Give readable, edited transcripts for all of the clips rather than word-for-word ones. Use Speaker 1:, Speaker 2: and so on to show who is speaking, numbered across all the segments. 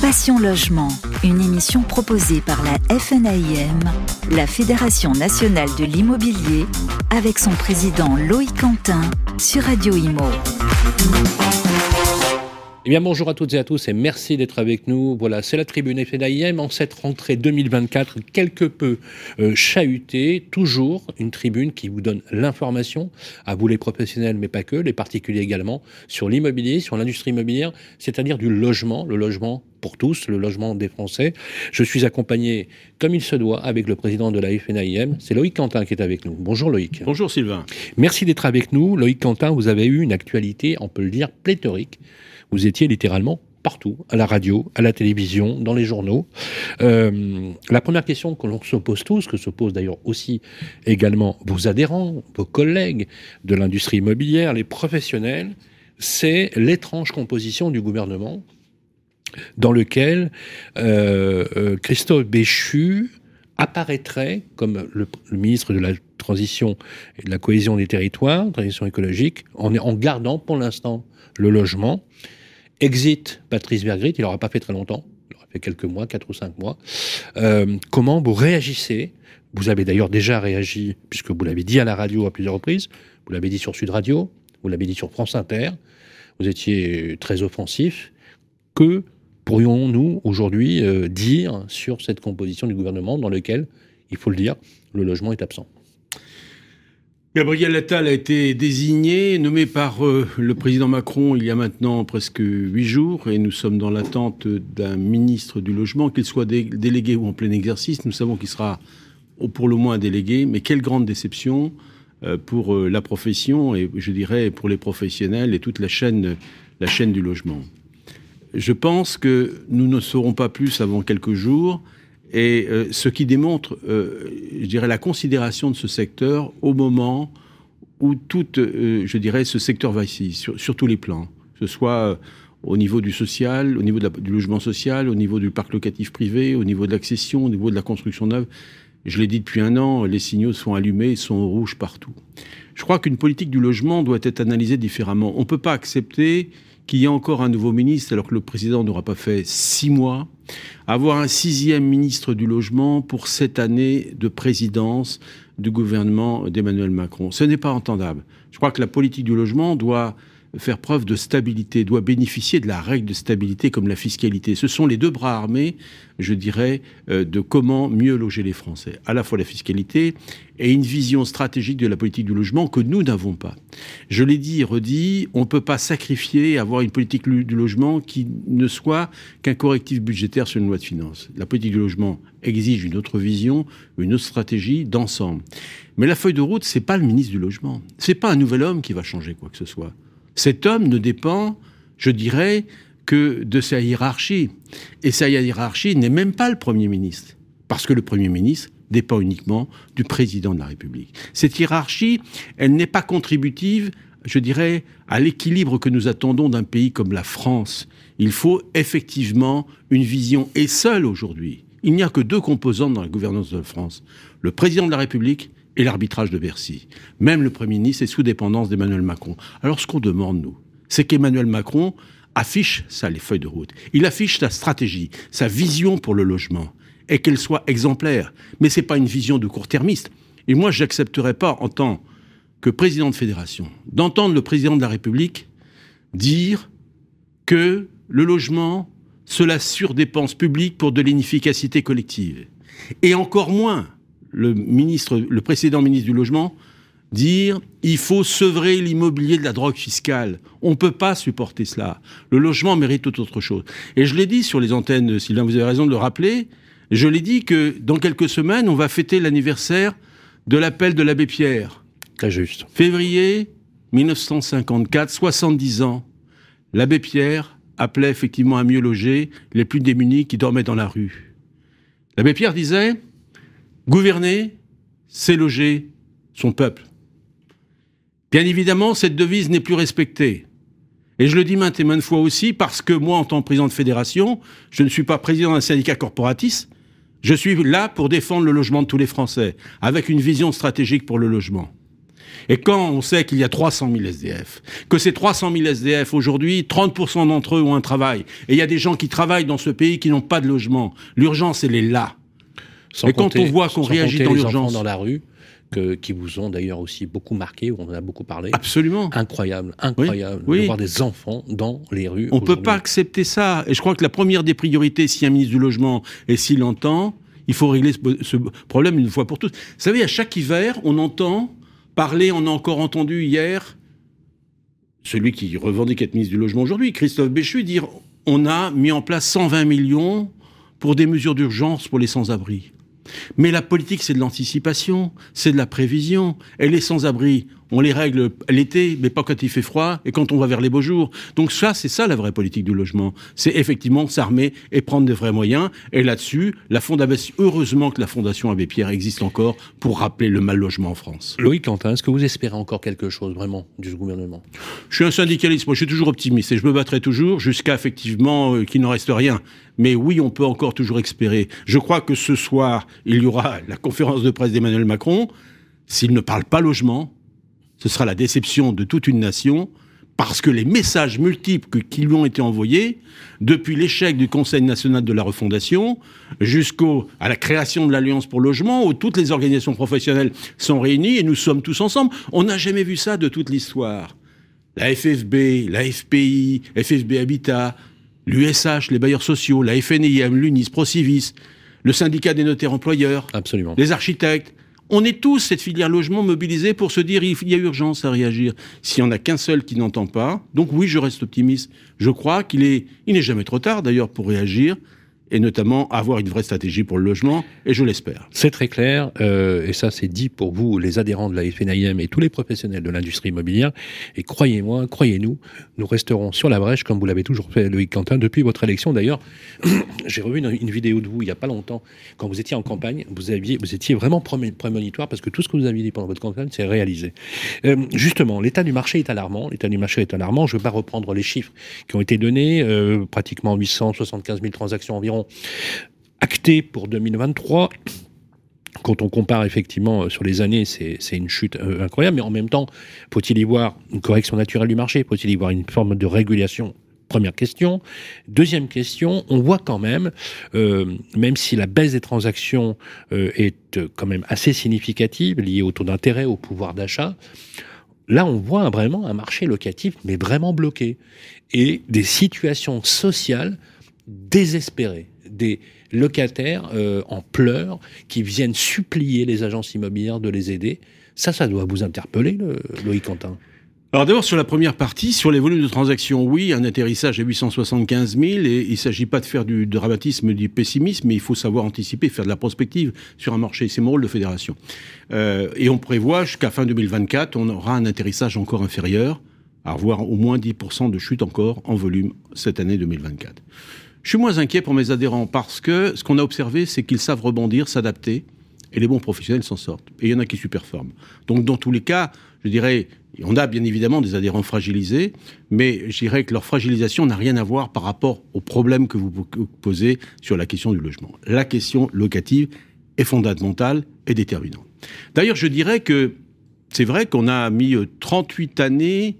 Speaker 1: Passion Logement, une émission proposée par la FNAIM, la Fédération nationale de l'immobilier, avec son président Loïc Quentin sur Radio Imo.
Speaker 2: Eh bien, bonjour à toutes et à tous et merci d'être avec nous. Voilà, c'est la tribune FNAIM en cette rentrée 2024, quelque peu chahutée. Toujours une tribune qui vous donne l'information, à vous les professionnels, mais pas que, les particuliers également, sur l'immobilier, sur l'industrie immobilière, c'est-à-dire du logement, le logement pour tous, le logement des Français. Je suis accompagné, comme il se doit, avec le président de la FNAIM, c'est Loïc Quentin qui est avec nous. Bonjour Loïc.
Speaker 3: Bonjour Sylvain.
Speaker 2: Merci d'être avec nous. Loïc Quentin, vous avez eu une actualité, on peut le dire, pléthorique. Vous étiez littéralement partout, à la radio, à la télévision, dans les journaux. La première question que l'on se pose tous, que se posent d'ailleurs aussi également vos adhérents, vos collègues de l'industrie immobilière, les professionnels, c'est l'étrange composition du gouvernement dans lequel Christophe Béchu apparaîtrait comme le ministre de la transition et de la cohésion des territoires, transition écologique, en gardant pour l'instant le logement. Exit Patrice Vergrit, il n'aura pas fait très longtemps, il aura fait quelques mois, 4 ou 5 mois. Comment vous réagissez ? Vous avez d'ailleurs déjà réagi, puisque vous l'avez dit à la radio à plusieurs reprises, vous l'avez dit sur Sud Radio, vous l'avez dit sur France Inter, vous étiez très offensif. Que pourrions-nous aujourd'hui dire sur cette composition du gouvernement dans lequel, il faut le dire, le logement est absent ?
Speaker 3: Gabriel Attal a été désigné, nommé par le président Macron il y a maintenant presque 8 jours, et nous sommes dans l'attente d'un ministre du logement, qu'il soit délégué ou en plein exercice. Nous savons qu'il sera pour le moins délégué, mais quelle grande déception pour la profession et je dirais pour les professionnels et toute la chaîne du logement. Je pense que nous ne saurons pas plus avant quelques jours. Et ce qui démontre, je dirais, la considération de ce secteur au moment où je dirais, ce secteur va ici, sur tous les plans, que ce soit au niveau du social, au niveau du logement social, au niveau du parc locatif privé, au niveau de l'accession, au niveau de la construction neuve. Je l'ai dit depuis 1 an, les signaux sont allumés, ils sont rouges partout. Je crois qu'une politique du logement doit être analysée différemment. On ne peut pas accepter qu'il y ait encore un nouveau ministre, alors que le président n'aura pas fait 6 mois, avoir un 6e ministre du logement pour cette année de présidence du gouvernement d'Emmanuel Macron. Ce n'est pas entendable. Je crois que la politique du logement doit faire preuve de stabilité, doit bénéficier de la règle de stabilité comme la fiscalité. Ce sont les 2 bras armés, je dirais, de comment mieux loger les Français. À la fois la fiscalité et une vision stratégique de la politique du logement que nous n'avons pas. Je l'ai dit et redit, on ne peut pas sacrifier et avoir une politique du logement qui ne soit qu'un correctif budgétaire sur une loi de finances. La politique du logement exige une autre vision, une autre stratégie d'ensemble. Mais la feuille de route, c'est pas le ministre du logement. C'est pas un nouvel homme qui va changer quoi que ce soit. Cet homme ne dépend, je dirais, que de sa hiérarchie. Et sa hiérarchie n'est même pas le Premier ministre. Parce que le Premier ministre dépend uniquement du Président de la République. Cette hiérarchie, elle n'est pas contributive, je dirais, à l'équilibre que nous attendons d'un pays comme la France. Il faut effectivement une vision. Et seule aujourd'hui, il n'y a que 2 composantes dans la gouvernance de la France. Le Président de la République et l'arbitrage de Bercy. Même le Premier ministre est sous dépendance d'Emmanuel Macron. Alors ce qu'on demande, nous, c'est qu'Emmanuel Macron affiche les feuilles de route. Il affiche sa stratégie, sa vision pour le logement, et qu'elle soit exemplaire. Mais ce n'est pas une vision de court-termiste. Et moi, je n'accepterai pas, en tant que président de fédération, d'entendre le président de la République dire que le logement, cela surdépense publique pour de l'inefficacité collective. Et encore moins le précédent ministre du Logement, dire il faut sevrer l'immobilier de la drogue fiscale. On ne peut pas supporter cela. Le logement mérite tout autre chose. Et je l'ai dit sur les antennes, Sylvain, vous avez raison de le rappeler, je l'ai dit que dans quelques semaines, on va fêter l'anniversaire de l'appel de l'abbé Pierre.
Speaker 2: Très juste.
Speaker 3: Février 1954, 70 ans. L'abbé Pierre appelait effectivement à mieux loger les plus démunis qui dormaient dans la rue. L'abbé Pierre disait gouverner, c'est loger son peuple. Bien évidemment, cette devise n'est plus respectée. Et je le dis maintes et maintes fois aussi, parce que moi, en tant que président de fédération, je ne suis pas président d'un syndicat corporatiste, je suis là pour défendre le logement de tous les Français, avec une vision stratégique pour le logement. Et quand on sait qu'il y a 300 000 SDF, que ces 300 000 SDF, aujourd'hui, 30% d'entre eux ont un travail, et il y a des gens qui travaillent dans ce pays qui n'ont pas de logement, l'urgence, elle est là. Et quand on voit qu'on réagit dans l'urgence...
Speaker 2: les enfants dans la rue, qui vous ont d'ailleurs aussi beaucoup marqué, on en a beaucoup parlé.
Speaker 3: Absolument.
Speaker 2: Incroyable
Speaker 3: oui.
Speaker 2: de voir des enfants dans les rues.
Speaker 3: On ne peut pas accepter ça. Et je crois que la première des priorités, si un ministre du Logement, et s'il l'entend, il faut régler ce problème une fois pour toutes. Vous savez, à chaque hiver, on entend parler, on a encore entendu hier, celui qui revendique être ministre du Logement aujourd'hui, Christophe Béchu, dire « on a mis en place 120 millions pour des mesures d'urgence pour les sans-abri ». Mais la politique, c'est de l'anticipation, c'est de la prévision. Et les sans-abri, on les règle l'été, mais pas quand il fait froid et quand on va vers les beaux jours. Donc ça, c'est ça la vraie politique du logement. C'est effectivement s'armer et prendre des vrais moyens. Et là-dessus, heureusement que la Fondation Abbé Pierre existe encore pour rappeler le mal logement en France.
Speaker 2: Loïc Quentin, est-ce que vous espérez encore quelque chose vraiment du gouvernement ?
Speaker 3: Je suis un syndicaliste, moi je suis toujours optimiste et je me battrai toujours jusqu'à effectivement qu'il n'en reste rien. Mais oui, on peut encore toujours espérer. Je crois que ce soir, il y aura la conférence de presse d'Emmanuel Macron. S'il ne parle pas logement, ce sera la déception de toute une nation, parce que les messages multiples qui lui ont été envoyés, depuis l'échec du Conseil national de la refondation, jusqu'à la création de l'Alliance pour le logement, où toutes les organisations professionnelles sont réunies et nous sommes tous ensemble. On n'a jamais vu ça de toute l'histoire. La FFB, la FPI, FFB Habitat, l'USH, les bailleurs sociaux, la FNIM, l'UNIS, Procivis, le syndicat des notaires employeurs,
Speaker 2: absolument,
Speaker 3: les architectes. On est tous, cette filière logement, mobilisés pour se dire il y a urgence à réagir. S'il n'y en a qu'un seul qui n'entend pas, donc oui, je reste optimiste. Je crois il n'est jamais trop tard d'ailleurs pour réagir, et notamment avoir une vraie stratégie pour le logement, et je l'espère.
Speaker 2: C'est très clair, et ça c'est dit pour vous, les adhérents de la FNIM et tous les professionnels de l'industrie immobilière, et croyez-moi, croyez-nous, nous resterons sur la brèche, comme vous l'avez toujours fait, Loïc Quentin, depuis votre élection. D'ailleurs, j'ai revu une vidéo de vous il n'y a pas longtemps, quand vous étiez en campagne, vous étiez vraiment prémonitoire, parce que tout ce que vous aviez dit pendant votre campagne, c'est réalisé. Justement, l'état du marché est alarmant, je ne vais pas reprendre les chiffres qui ont été donnés, pratiquement 875 000 transactions environ, acté pour 2023. Quand on compare effectivement sur les années, c'est une chute incroyable, mais en même temps, faut-il y voir une correction naturelle du marché ? Faut-il y voir une forme de régulation ? Première question. Deuxième question, on voit quand même, même si la baisse des transactions est quand même assez significative, liée au taux d'intérêt, au pouvoir d'achat, là on voit vraiment un marché locatif, mais vraiment bloqué, et des situations sociales désespérées. Des locataires en pleurs qui viennent supplier les agences immobilières de les aider. Ça doit vous interpeller, Loïc Quentin.
Speaker 3: Alors d'abord, sur la première partie, sur les volumes de transactions, oui, un atterrissage à 875 000, et il ne s'agit pas de faire du dramatisme, du pessimisme, mais il faut savoir anticiper, faire de la prospective sur un marché. C'est mon rôle de fédération. Et on prévoit jusqu'à fin 2024, on aura un atterrissage encore inférieur, à avoir au moins 10% de chute encore en volume cette année 2024. Je suis moins inquiet pour mes adhérents parce que ce qu'on a observé, c'est qu'ils savent rebondir, s'adapter, et les bons professionnels s'en sortent. Et il y en a qui superforment. Donc dans tous les cas, je dirais, on a bien évidemment des adhérents fragilisés, mais je dirais que leur fragilisation n'a rien à voir par rapport aux problèmes que vous posez sur la question du logement. La question locative est fondamentale et déterminante. D'ailleurs, je dirais que c'est vrai qu'on a mis 38 années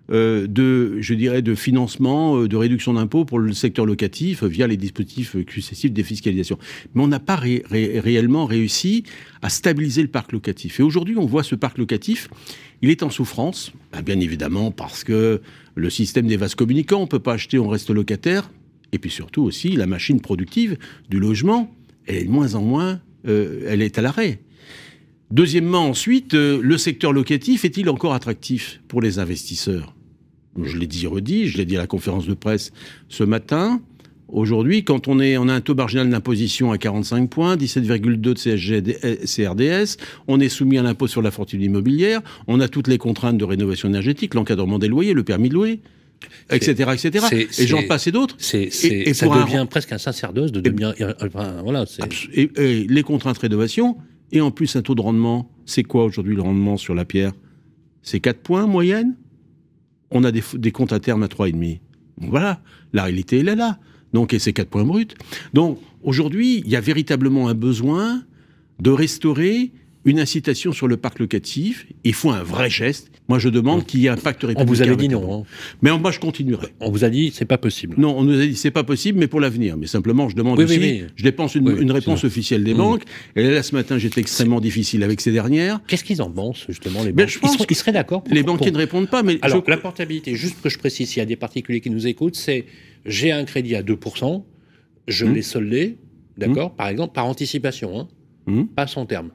Speaker 3: de financement, de réduction d'impôts pour le secteur locatif via les dispositifs successifs de défiscalisation. Mais on n'a pas réellement réussi à stabiliser le parc locatif. Et aujourd'hui, on voit ce parc locatif, il est en souffrance, bien évidemment parce que le système des vases communicants, on ne peut pas acheter, on reste locataire. Et puis surtout aussi, la machine productive du logement, elle est de moins en moins, elle est à l'arrêt. Deuxièmement, ensuite, le secteur locatif est-il encore attractif pour les investisseurs ? Je l'ai dit, redit, je l'ai dit à la conférence de presse ce matin. Aujourd'hui, quand on a un taux marginal d'imposition à 45 points, 17,2 de CRDS, on est soumis à l'impôt sur la fortune immobilière, on a toutes les contraintes de rénovation énergétique, l'encadrement des loyers, le permis de louer, etc., etc. Et j'en passe et d'autres.
Speaker 2: Ça devient presque un sacerdoce de devenir...
Speaker 3: Et les contraintes rénovation... Et en plus, un taux de rendement, c'est quoi aujourd'hui le rendement sur la pierre ? C'est 4 points moyenne ? On a des comptes à terme à 3,5. Donc voilà, la réalité, elle est là. Donc, et c'est 4 points bruts. Donc, aujourd'hui, il y a véritablement un besoin de restaurer une incitation sur le parc locatif. Il faut un vrai geste. Moi, je demande qu'il y ait un pacte républicain.
Speaker 2: On vous avait dit non. Hein.
Speaker 3: Mais moi, je continuerai.
Speaker 2: On vous a dit c'est pas possible.
Speaker 3: Non, on nous a dit c'est pas possible, mais pour l'avenir. Mais simplement, je demande aussi. Oui. Je dépense une réponse officielle des banques. Et là, ce matin, j'étais extrêmement difficile avec ces dernières.
Speaker 2: Qu'est-ce qu'ils en pensent justement les banques? Ils seraient d'accord.
Speaker 3: Les banquiers ne répondent pas. Mais
Speaker 2: alors, la portabilité, juste que je précise, s'il y a des particuliers qui nous écoutent, c'est j'ai un crédit à 2%, je l'ai soldé, d'accord, par exemple, par anticipation, pas sans terme.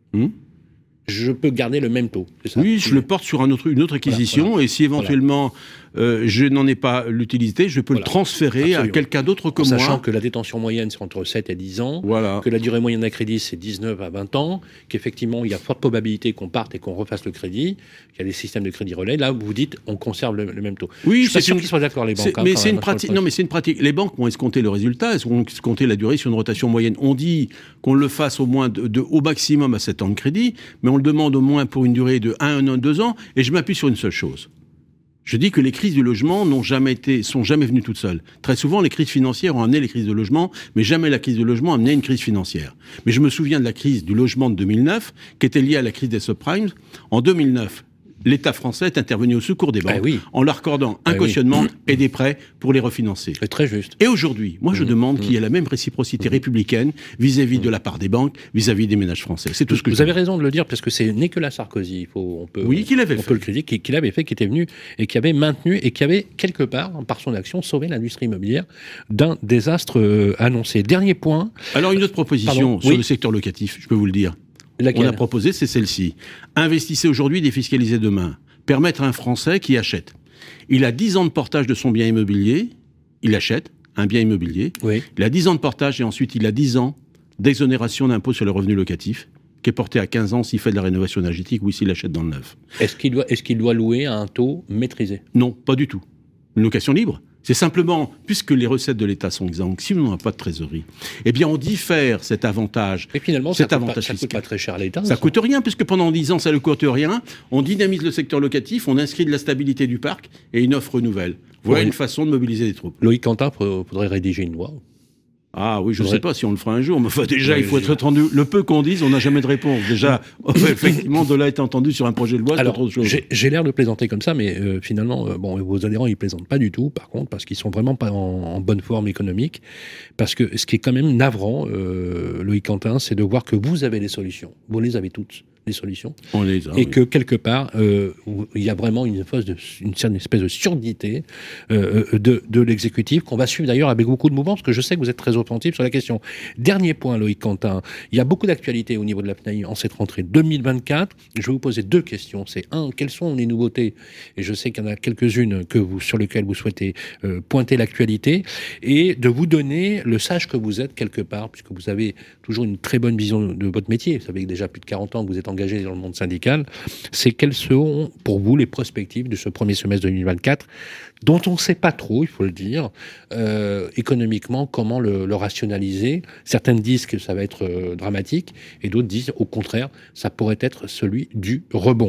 Speaker 2: Je peux garder le même taux, c'est ça?
Speaker 3: Oui, je le porte sur une autre acquisition, voilà. Et si éventuellement je n'en ai pas l'utilité, je peux le transférer à quelqu'un d'autre que moi.
Speaker 2: Sachant que la détention moyenne, c'est entre 7 et 10 ans, que la durée moyenne d'un crédit, c'est 19 à 20 ans, qu'effectivement, il y a forte probabilité qu'on parte et qu'on refasse le crédit, qu'il y a des systèmes de crédit relais. Là, vous dites, on conserve le même taux.
Speaker 3: Oui,
Speaker 2: je suis pas sûr qu'ils soient d'accord, les banques.
Speaker 3: Mais c'est une pratique. Non, mais c'est une pratique. Les banques vont escompter le résultat, elles vont escompter la durée sur une rotation moyenne. On dit qu'on le fasse au moins au maximum à 7 ans de crédit, mais on le demande au moins pour une durée de 1 an, 2 ans, et je m'appuie sur une seule chose. Je dis que les crises du logement sont jamais venues toutes seules. Très souvent, les crises financières ont amené les crises de logement, mais jamais la crise de logement a amené une crise financière. Mais je me souviens de la crise du logement de 2009, qui était liée à la crise des subprimes. En 2009, l'État français est intervenu au secours des banques en leur accordant un cautionnement et des prêts pour les refinancer.
Speaker 2: C'est très juste.
Speaker 3: Et aujourd'hui, moi je demande qu'il y ait la même réciprocité républicaine vis-à-vis de la part des banques, vis-à-vis des ménages français. C'est tout ce que
Speaker 2: vous avez raison de le dire, parce que c'est Nicolas Sarkozy, on peut le critiquer, qu'il avait fait, qui était venu et qui avait maintenu et qui avait quelque part, par son action, sauvé l'industrie immobilière d'un désastre annoncé. Dernier point.
Speaker 3: Alors une autre proposition sur le secteur locatif, je peux vous le dire.
Speaker 2: Laquelle?
Speaker 3: On a proposé, c'est celle-ci. Investissez aujourd'hui, défiscalisez demain. Permettre à un Français qui achète. Il a 10 ans de portage de son bien immobilier, il achète un bien immobilier, il a 10 ans de portage et ensuite il a 10 ans d'exonération d'impôt sur le revenu locatif, qui est porté à 15 ans s'il fait de la rénovation énergétique ou s'il achète dans le neuf.
Speaker 2: Est-ce qu'il doit louer à un taux maîtrisé?
Speaker 3: Non, pas du tout. Une location libre. C'est simplement, puisque les recettes de l'État sont exsangues, si on n'a pas de trésorerie, eh bien on diffère cet avantage.
Speaker 2: Et finalement, ça coûte pas très cher à l'État.
Speaker 3: Ça coûte rien, puisque pendant 10 ans, ça ne coûte rien. On dynamise le secteur locatif, on inscrit de la stabilité du parc et une offre nouvelle. Voilà une façon de mobiliser des troupes.
Speaker 2: Loïc Quentin faudrait rédiger une loi.
Speaker 3: Ah oui, je ne sais pas si on le fera un jour, mais déjà, il faut être entendu. Le peu qu'on dise, on n'a jamais de réponse. Déjà, effectivement, de là être entendu sur un projet de loi, c'est autre chose.
Speaker 2: J'ai l'air de plaisanter comme ça, mais finalement, vos adhérents, ils plaisantent pas du tout, par contre, parce qu'ils sont vraiment pas en bonne forme économique. Parce que ce qui est quand même navrant, Loïc Quentin, c'est de voir que vous avez les solutions. Vous les avez toutes, les solutions.
Speaker 3: On les a,
Speaker 2: et que quelque part, il y a vraiment une certaine espèce de surdité de l'exécutif, qu'on va suivre d'ailleurs avec beaucoup de mouvements, parce que je sais que vous êtes très offensif sur la question. Dernier point, Loïc Quentin. Il y a beaucoup d'actualités au niveau de la FNAIM en cette rentrée 2024. Je vais vous poser 2 questions. C'est quelles sont les nouveautés? Et je sais qu'il y en a quelques-unes sur lesquelles vous souhaitez pointer l'actualité, et de vous donner le sage que vous êtes quelque part, puisque vous avez toujours une très bonne vision de votre métier. Vous savez que déjà plus de 40 ans que vous êtes engagé dans le monde syndical. C'est quelles seront pour vous les perspectives de ce premier semestre 2024, dont on ne sait pas trop, il faut le dire, économiquement, comment le rationaliser. Certaines disent que ça va être dramatique, et d'autres disent, au contraire, ça pourrait être celui du rebond.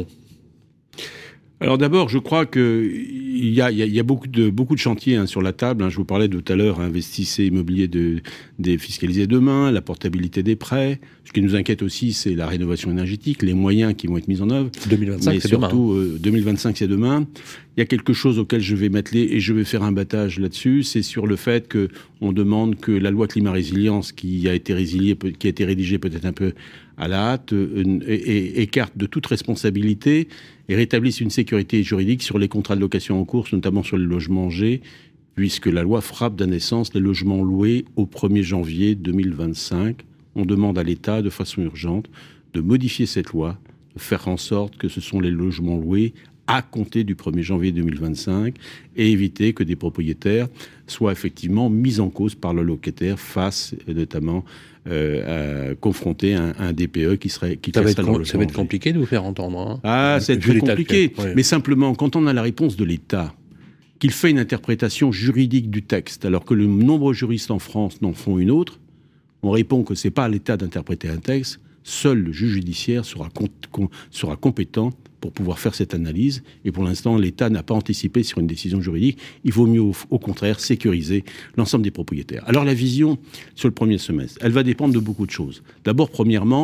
Speaker 3: Alors d'abord, je crois qu'il y a beaucoup de chantiers sur la table. Je vous parlais tout à l'heure, investissez immobilier défiscalisé demain, la portabilité des prêts. Ce qui nous inquiète aussi, c'est la rénovation énergétique, les moyens qui vont être mis en œuvre.
Speaker 2: 2025,
Speaker 3: mais
Speaker 2: c'est
Speaker 3: surtout,
Speaker 2: demain.
Speaker 3: 2025, c'est demain. Il y a quelque chose auquel je vais m'atteler et je vais faire un battage là-dessus. C'est sur le fait qu'on demande que la loi climat-résilience qui a été rédigée peut-être un peu à la hâte, écarte de toute responsabilité et rétablisse une sécurité juridique sur les contrats de location en cours, notamment sur les logements G, puisque la loi frappe d'un essence les logements loués au 1er janvier 2025. On demande à l'État, de façon urgente, de modifier cette loi, de faire en sorte que ce sont les logements loués à compter du 1er janvier 2025 et éviter que des propriétaires soient effectivement mis en cause par le locataire face notamment confronté à un DPE qui serait dans le logement.
Speaker 2: Ça va être compliqué de vous faire entendre.
Speaker 3: C'est très compliqué. Mais simplement, quand on a la réponse de l'État, qu'il fait une interprétation juridique du texte, alors que de nombreux juristes en France n'en font une autre, on répond que c'est pas à l'État d'interpréter un texte, seul le juge judiciaire sera compétent pour pouvoir faire cette analyse. Et pour l'instant, l'État n'a pas anticipé sur une décision juridique. Il vaut mieux, au contraire, sécuriser l'ensemble des propriétaires. Alors la vision sur le premier semestre, elle va dépendre de beaucoup de choses. D'abord, premièrement,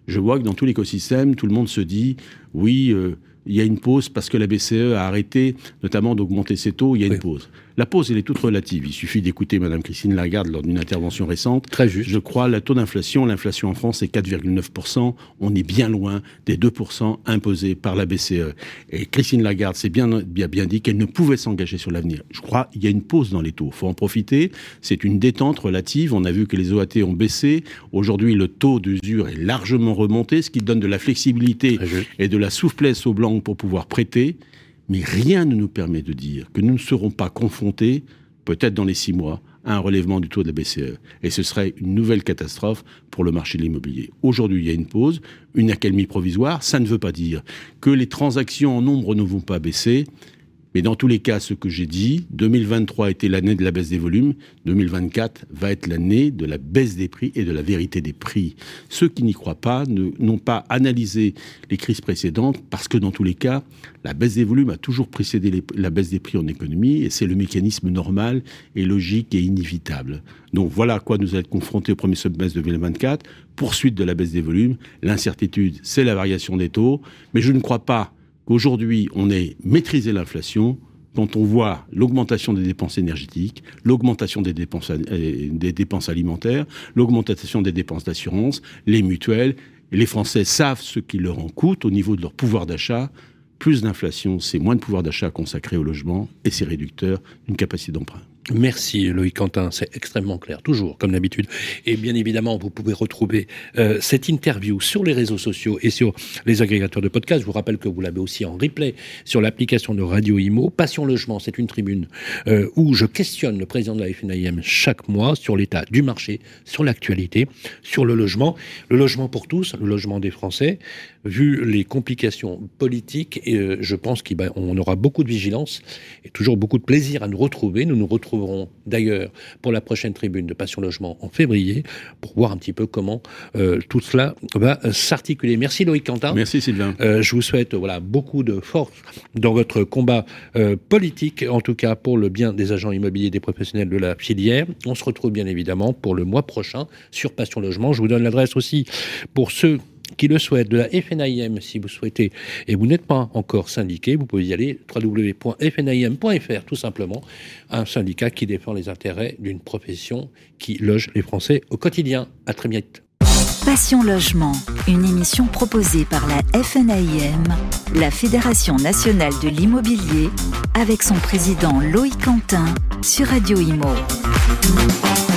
Speaker 3: je vois que dans tout l'écosystème, tout le monde se dit oui, il y a une pause parce que la BCE a arrêté notamment d'augmenter ses taux, il y a une pause. La pause, elle est toute relative. Il suffit d'écouter Mme Christine Lagarde lors d'une intervention récente.
Speaker 2: Très juste.
Speaker 3: Je crois, le taux d'inflation, l'inflation en France est 4,9%. On est bien loin des 2% imposés par la BCE. Et Christine Lagarde s'est bien dit qu'elle ne pouvait s'engager sur l'avenir. Je crois qu'il y a une pause dans les taux. Il faut en profiter. C'est une détente relative. On a vu que les OAT ont baissé. Aujourd'hui, le taux d'usure est largement remonté, ce qui donne de la flexibilité et de la souplesse aux banques pour pouvoir prêter. Mais rien ne nous permet de dire que nous ne serons pas confrontés, peut-être dans les 6 mois, à un relèvement du taux de la BCE. Et ce serait une nouvelle catastrophe pour le marché de l'immobilier. Aujourd'hui, il y a une pause, une accalmie provisoire. Ça ne veut pas dire que les transactions en nombre ne vont pas baisser. Mais dans tous les cas, ce que j'ai dit, 2023 était l'année de la baisse des volumes, 2024 va être l'année de la baisse des prix et de la vérité des prix. Ceux qui n'y croient pas n'ont pas analysé les crises précédentes, parce que dans tous les cas, la baisse des volumes a toujours précédé la baisse des prix en économie, et c'est le mécanisme normal et logique et inévitable. Donc voilà à quoi nous allons être confrontés au premier semestre 2024, poursuite de la baisse des volumes. L'incertitude, c'est la variation des taux, mais je ne crois pas qu'aujourd'hui, on ait maîtrisé l'inflation quand on voit l'augmentation des dépenses énergétiques, l'augmentation des dépenses alimentaires, l'augmentation des dépenses d'assurance, les mutuelles. Et les Français savent ce qui leur en coûte au niveau de leur pouvoir d'achat. Plus d'inflation, c'est moins de pouvoir d'achat consacré au logement et c'est réducteur d'une capacité d'emprunt.
Speaker 2: Merci Loïc Quentin, c'est extrêmement clair, toujours comme d'habitude. Et bien évidemment, vous pouvez retrouver cette interview sur les réseaux sociaux et sur les agrégateurs de podcasts. Je vous rappelle que vous l'avez aussi en replay sur l'application de Radio Imo. Passion Logement, c'est une tribune où je questionne le président de la FNAIM chaque mois sur l'état du marché, sur l'actualité, sur le logement pour tous, le logement des Français. Vu les complications politiques, je pense qu'on aura beaucoup de vigilance et toujours beaucoup de plaisir à nous retrouver. Nous nous retrouverons d'ailleurs pour la prochaine tribune de Passion Logement en février pour voir un petit peu comment tout cela va s'articuler. Merci Loïc Quentin.
Speaker 3: Merci Sylvain.
Speaker 2: Je vous souhaite beaucoup de force dans votre combat politique, en tout cas pour le bien des agents immobiliers, des professionnels de la filière. On se retrouve bien évidemment pour le mois prochain sur Passion Logement. Je vous donne l'adresse aussi pour ceux qui le souhaitent, de la FNAIM, si vous souhaitez, et vous n'êtes pas encore syndiqué, vous pouvez y aller, www.fnaim.fr, tout simplement, un syndicat qui défend les intérêts d'une profession qui loge les Français au quotidien. À très vite.
Speaker 1: Passion Logement, une émission proposée par la FNAIM, la Fédération nationale de l'immobilier, avec son président Loïc Quentin sur Radio Imo.